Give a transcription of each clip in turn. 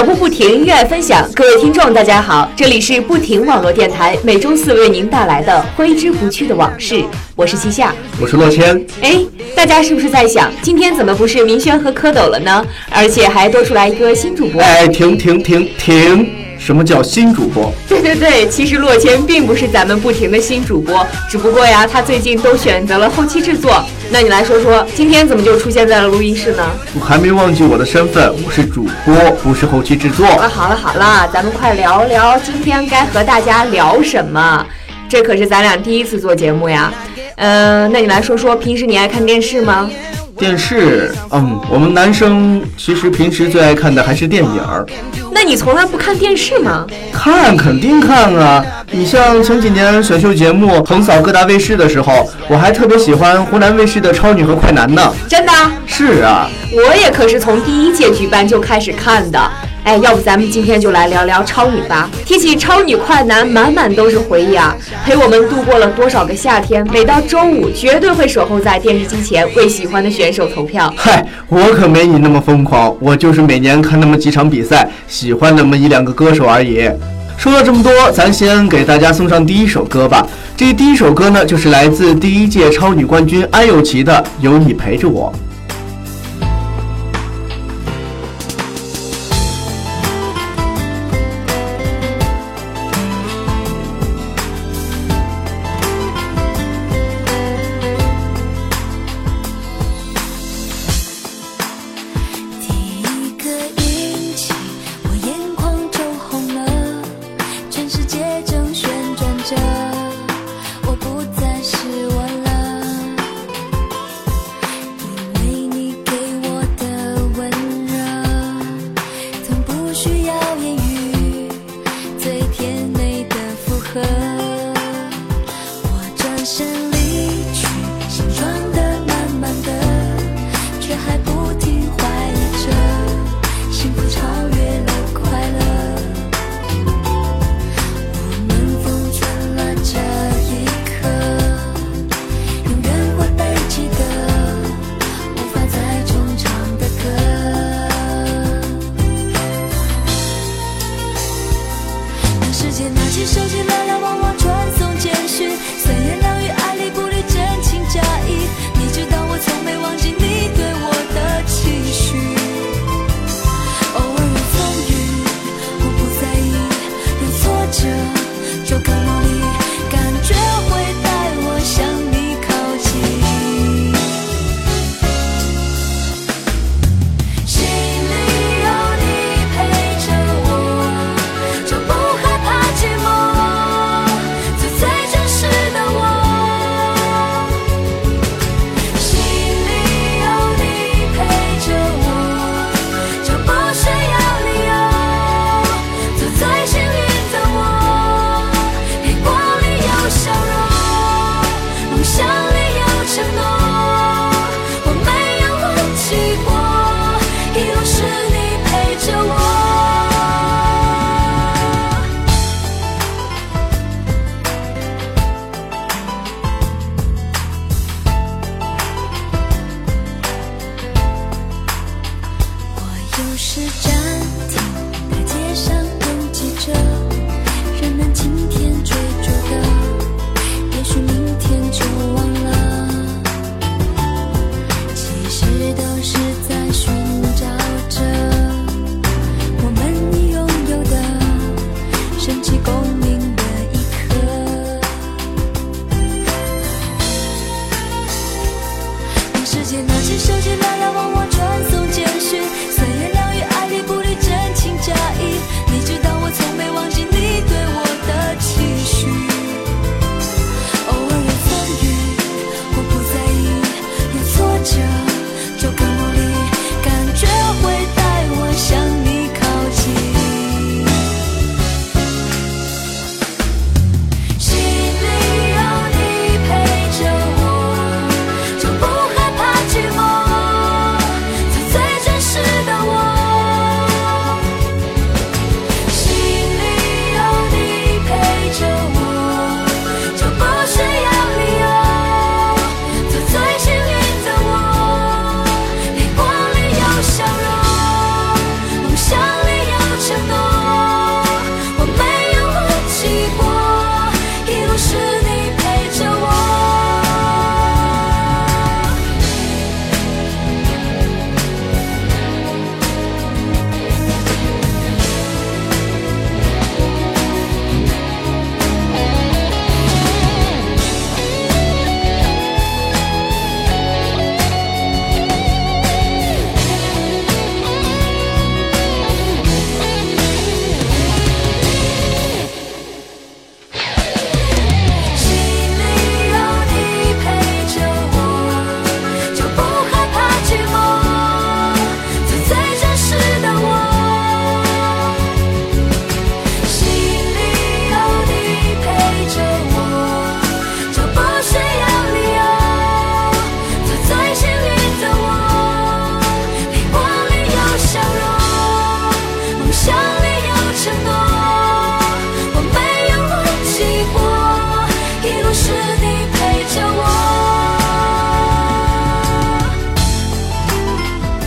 脚步不停，热爱分享。各位听众大家好，这里是不停网络电台，每周四为您带来的挥之不去的往事。我是西夏， 我是洛谦。 大家是不是在想，今天怎么不是明轩和蝌蚪了呢？而且还多出来一个新主播。 停！什么叫新主播？ 对，其实洛谦并不是咱们不停的新主播，只不过呀，他最近都选择了后期制作。那你来说说，今天怎么就出现在了录音室呢？ 我还没忘记我的身份，我是主播，不是后期制作。 好了，咱们快聊聊今天该和大家聊什么。这可是咱俩第一次做节目呀。那你来说说，平时你爱看电视吗？ 电视，我们男生其实平时最爱看的还是电影。 那你从来不看电视吗？ 看，肯定看啊！你像前几年选秀节目横扫各大卫视的时候，我还特别喜欢湖南卫视的《超女》和《快男》呢。 真的？ 是啊， 我也可是从第一届举办就开始看的。要不咱们今天就来聊聊超女吧。提起超女快男，满满都是回忆啊，陪我们度过了多少个夏天。每到周五，绝对会守候在电视机前，为喜欢的选手投票。 嗨，我可没你那么疯狂，我就是每年看那么几场比赛，喜欢那么一两个歌手而已。说了这么多，咱先给大家送上第一首歌吧。这第一首歌呢，就是来自第一届超女冠军安又琪的《有你陪着我》。 我不再是我了，因为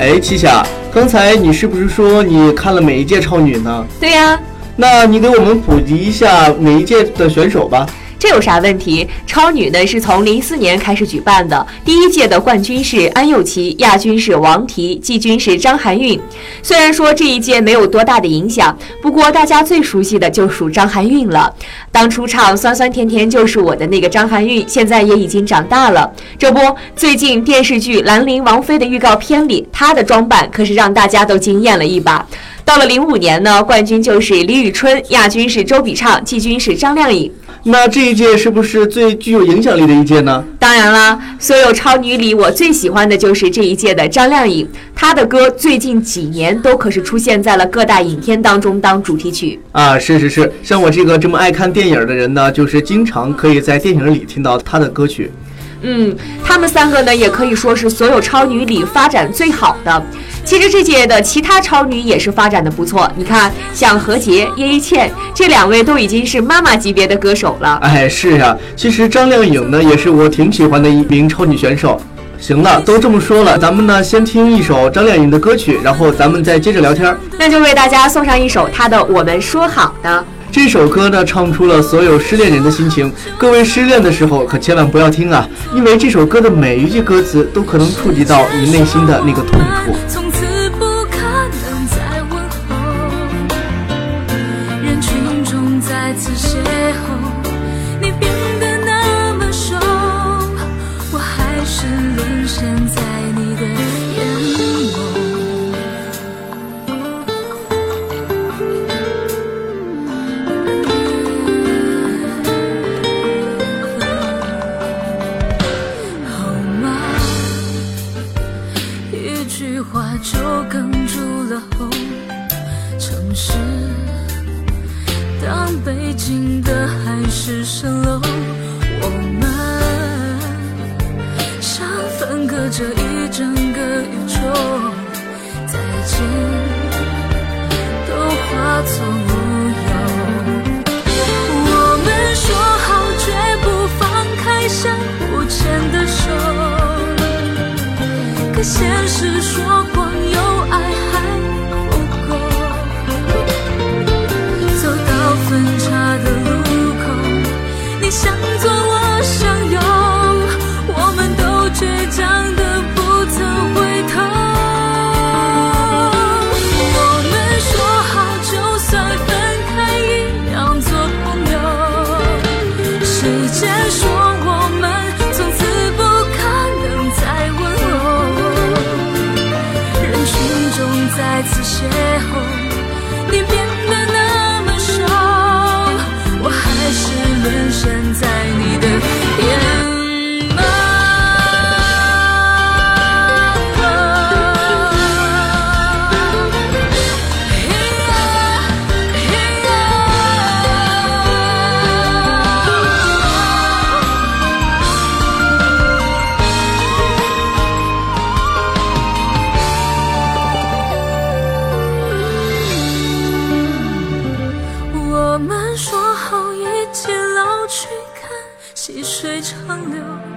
哎，七夏，刚才你是不是说你看了每一届超女呢？ 对呀。 那你给我们普及一下每一届的选手吧。 这有啥问题？超女呢是从04年开始举办的，第一届的冠军是安又琪，亚军是王祹，季军是张含韵。虽然说这一届没有多大的影响，不过大家最熟悉的就属张含韵了。当初唱酸酸甜甜就是我的那个张含韵，现在也已经长大了。这不，最近电视剧《兰陵王妃》的预告片里，她的装扮可是让大家都惊艳了一把。到了05年呢，冠军就是李宇春，亚军是周笔畅，季军是张靓颖。 那这一届是不是最具有影响力的一届呢？ 当然啦，所有超女里我最喜欢的就是这一届的张靓颖，她的歌最近几年都可是出现在了各大影片当中当主题曲啊。是，像我这个这么爱看电影的人呢，就是经常可以在电影里听到她的歌曲。 他们三个呢也可以说是所有超女里发展最好的。其实这届的其他超女也是发展的不错，你看像何洁、叶一茜这两位都已经是妈妈级别的歌手了。 哎，是啊，其实张靓颖呢也是我挺喜欢的一名超女选手。行了，都这么说了，咱们呢先听一首张靓颖的歌曲，然后咱们再接着聊天。 那就为大家送上一首她的《我们说好的》。 这首歌呢，唱出了所有失恋人的心情。各位失恋的时候可千万不要听啊，因为这首歌的每一句歌词都可能触及到你内心的那个痛处。 从此不可能再问候，人群中再次邂逅，你变得那么瘦，我还是沦陷在你的眼眸。就哽住了喉，城市当北京的海市蜃楼，我们像分隔着一整个宇宙，再见都化作乌有。我们说好绝不放开相互牵的手，可现实说光有爱还不够，走到分岔的路口，你想左我想右，我们都倔强的不曾回头。我们说好就算分开一样做朋友，谁先说我们从此不可能再问候，人群中再次邂逅，你变得那么瘦，我还是沦陷在你的眼眸。我们说好一起老去，看细水长流，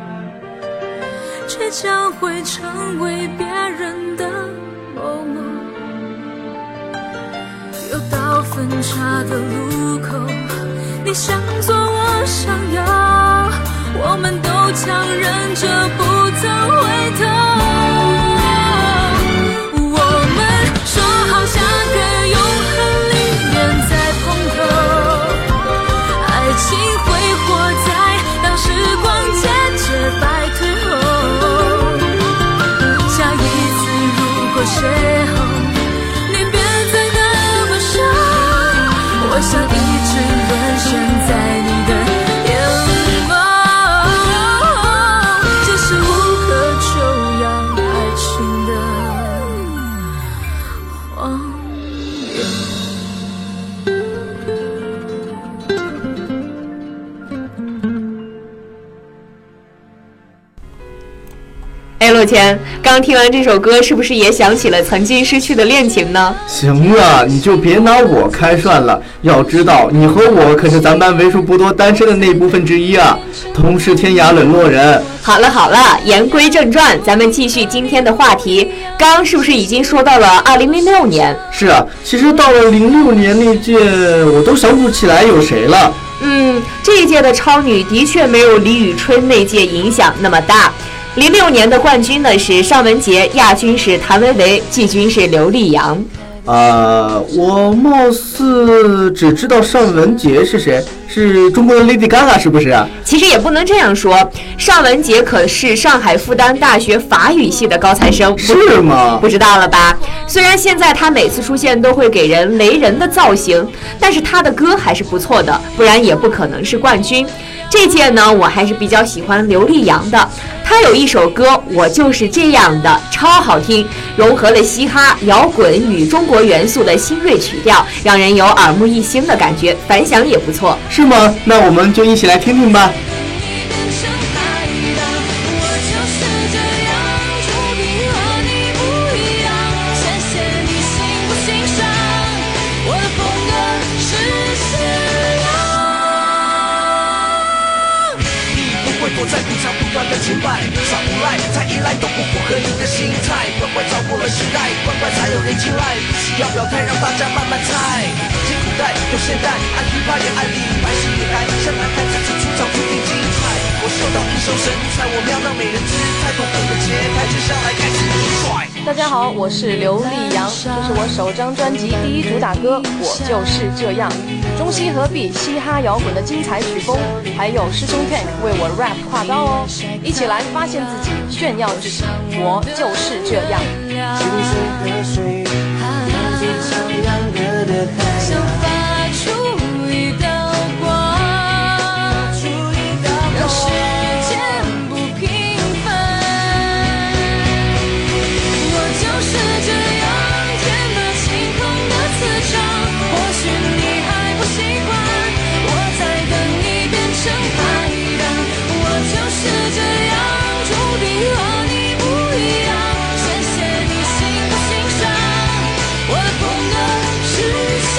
却将会成为别人的某某。又到分岔的路口，你向左我向右，我们都强忍着不曾回头。我们说好下个永恒里面再碰头，爱情会活在当时光渐渐败退后，下一次如果邂逅，你变得那么瘦，我想一直沦陷在你的眼眸，这是无可救药爱情的荒谬。 秋千，刚听完这首歌，是不是也想起了曾经失去的恋情呢？ 行了，你就别拿我开涮了。要知道，你和我可是咱班为数不多单身的那部分之一啊，同是天涯沦落人。 好了，言归正传，咱们继续今天的话题。刚是不是已经说到了2006年？ 是啊，其实到了06年那届，我都想不起来有谁了。 这一届的超女的确没有李宇春那届影响那么大。06年的冠军呢是尚雯婕，亚军是谭维维，季军是刘力扬。 我貌似只知道尚雯婕是谁，是中国的 Lady Gaga 是不是啊？ 其实也不能这样说，尚雯婕可是上海复旦大学法语系的高材生， 是吗？ 不知道了吧？虽然现在她每次出现都会给人雷人的造型，但是她的歌还是不错的，不然也不可能是冠军。这届呢，我还是比较喜欢刘力扬的，他有一首歌《我就是这样的》，超好听，融合了嘻哈、摇滚与中国元素的新锐曲调，让人有耳目一新的感觉，反响也不错。 是吗？那我们就一起来听听吧。 在鼓场不断的崇拜，耍无赖，再依赖都不符合你的心态。乖乖超过了时代，乖乖才有人青睐。不需要表态，让大家慢慢猜。既古代又现代，爱琵琶也爱李白，是女孩像男孩，这次出场注定精彩。我嗅到一手神采，我瞄到美人姿态，动感的节拍，接下来开始比帅。 大家好，我是刘力扬，这是我首张专辑第一主打歌《我就是这样》，中西合璧，嘻哈摇滚的精彩曲风，还有师兄 Tank 为我 rap 跨刀哦，一起来发现自己，炫耀自己，我就是这样。 清澈河水，看见朝阳哥的太阳， 想发出一道光，让世界不平凡。我就是这样，填满星空的磁场。或许你还不喜欢，我在等你变成海洋。我就是这样，注定和你不一样。谢谢你欣不欣赏我的风格是现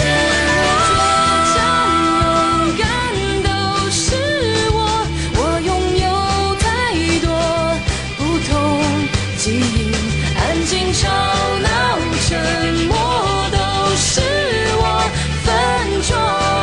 状，勇敢都是我拥有太多不同记忆，安静吵闹沉默都是我分钟。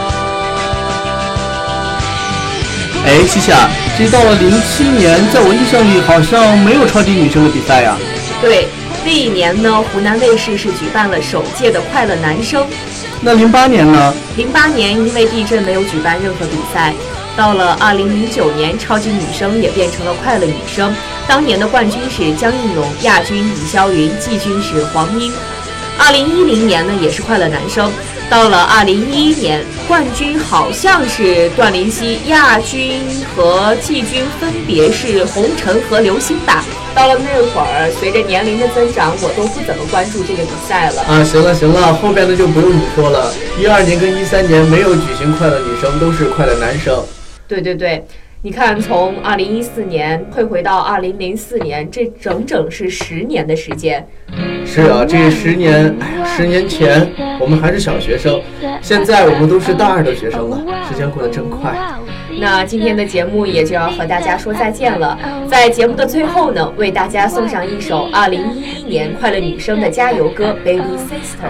西夏，这到了07年，在我印象里好像没有超级女声的比赛呀。 对，那一年呢，湖南卫视是举办了首届的快乐男声。 那08年呢 ？08年因为地震没有举办任何比赛。到了2009年，超级女声也变成了快乐女声。当年的冠军是江映蓉，亚军李霄云，季军是黄英。2010年呢，也是快乐男声。到了2011年，冠军好像是段林希，亚军和季军分别是洪晨和刘星吧。到了那会儿，随着年龄的增长，我都不怎么关注这个比赛了。 行了，后边的就不用你说了。12年跟13年没有举行快乐女声，都是快乐男声。 对，你看，从2014年退回到2004年，这整整是10年的时间。 是啊，这10年，10年前我们还是小学生，现在我们都是大2的学生了，时间过得真快。 那今天的节目也就要和大家说再见了。在节目的最后呢，为大家送上一首2011年快乐女声的加油歌《Baby Sister》。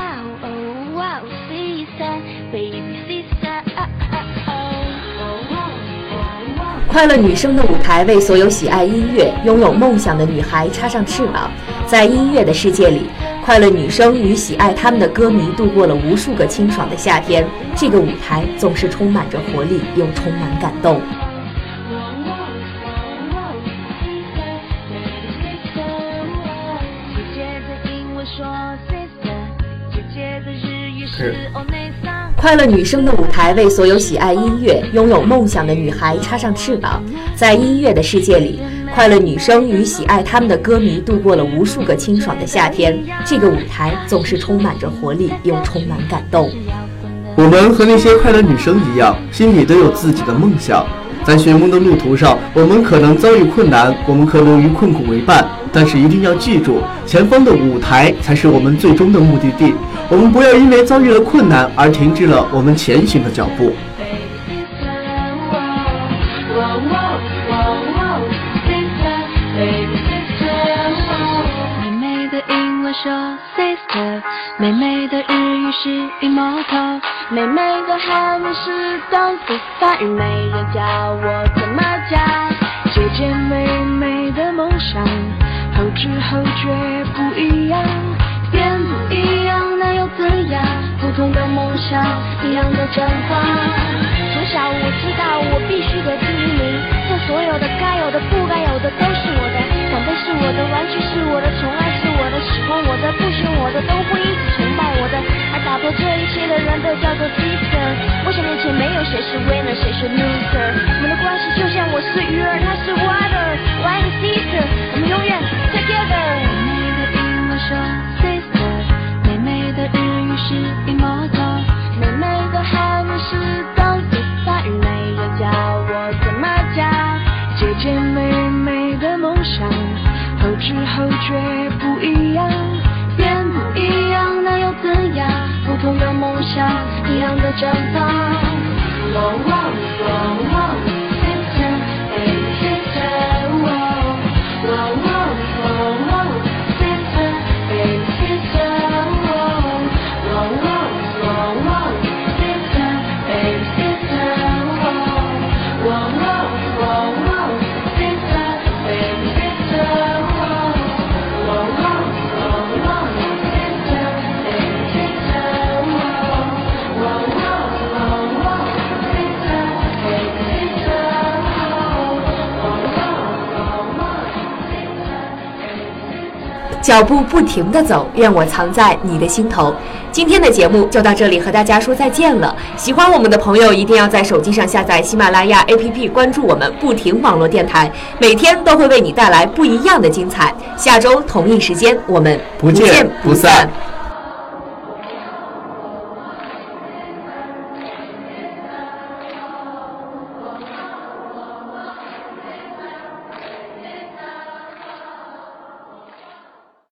快乐女声的舞台为所有喜爱音乐、拥有梦想的女孩插上翅膀。在音乐的世界里，快乐女声与喜爱他们的歌迷度过了无数个清爽的夏天。这个舞台总是充满着活力，又充满感动。快乐女声的舞台为所有喜爱音乐、拥有梦想的女孩插上翅膀。在音乐的世界里，快乐女声与喜爱他们的歌迷度过了无数个清爽的夏天。这个舞台总是充满着活力，又充满感动。 我们和那些快乐女生一样，心里都有自己的梦想。 在寻梦的路途上，我们可能遭遇困难，我们可能与困苦为伴，但是一定要记住，前方的舞台才是我们最终的目的地。我们不要因为遭遇了困难而停滞了我们前行的脚步。 说 sister， 美美的日语是 immortal， 美美的韩文是 don't be sorry， 没人教我怎么讲。姐姐妹妹的梦想，后知后觉不一样，变不一样那又怎样？不同的梦想，一样的绽放。从小我知道我必须得第一名，这所有的该有的不该有的都是我的，长辈是我的，玩具是我的，宠爱是我的，喜欢我的不喜欢我的都会一直崇拜我的，而打破这一切的人都叫做 sister。 我想面前没有谁是 winner 谁是 loser， 我们的关系就像我是鱼儿他是 water， 我爱你 sister， 我们永远 together。 美美的英文说 sister， 美美的日语是 immortal， 美美的韩文是 don't be sorry， 没人教我怎么讲。姐姐妹妹的梦想，后知后觉不一样，变不一样那又怎样？不同的梦想，一样的绽放。Sister, baby sister, sister, baby sister, sister, baby sister, 脚步不停地走，愿我藏在你的心头。今天的节目就到这里，和大家说再见了。喜欢我们的朋友一定要在手机上下载喜马拉雅 APP， 关注我们不停网络电台，每天都会为你带来不一样的精彩。下周同一时间，我们不见不散。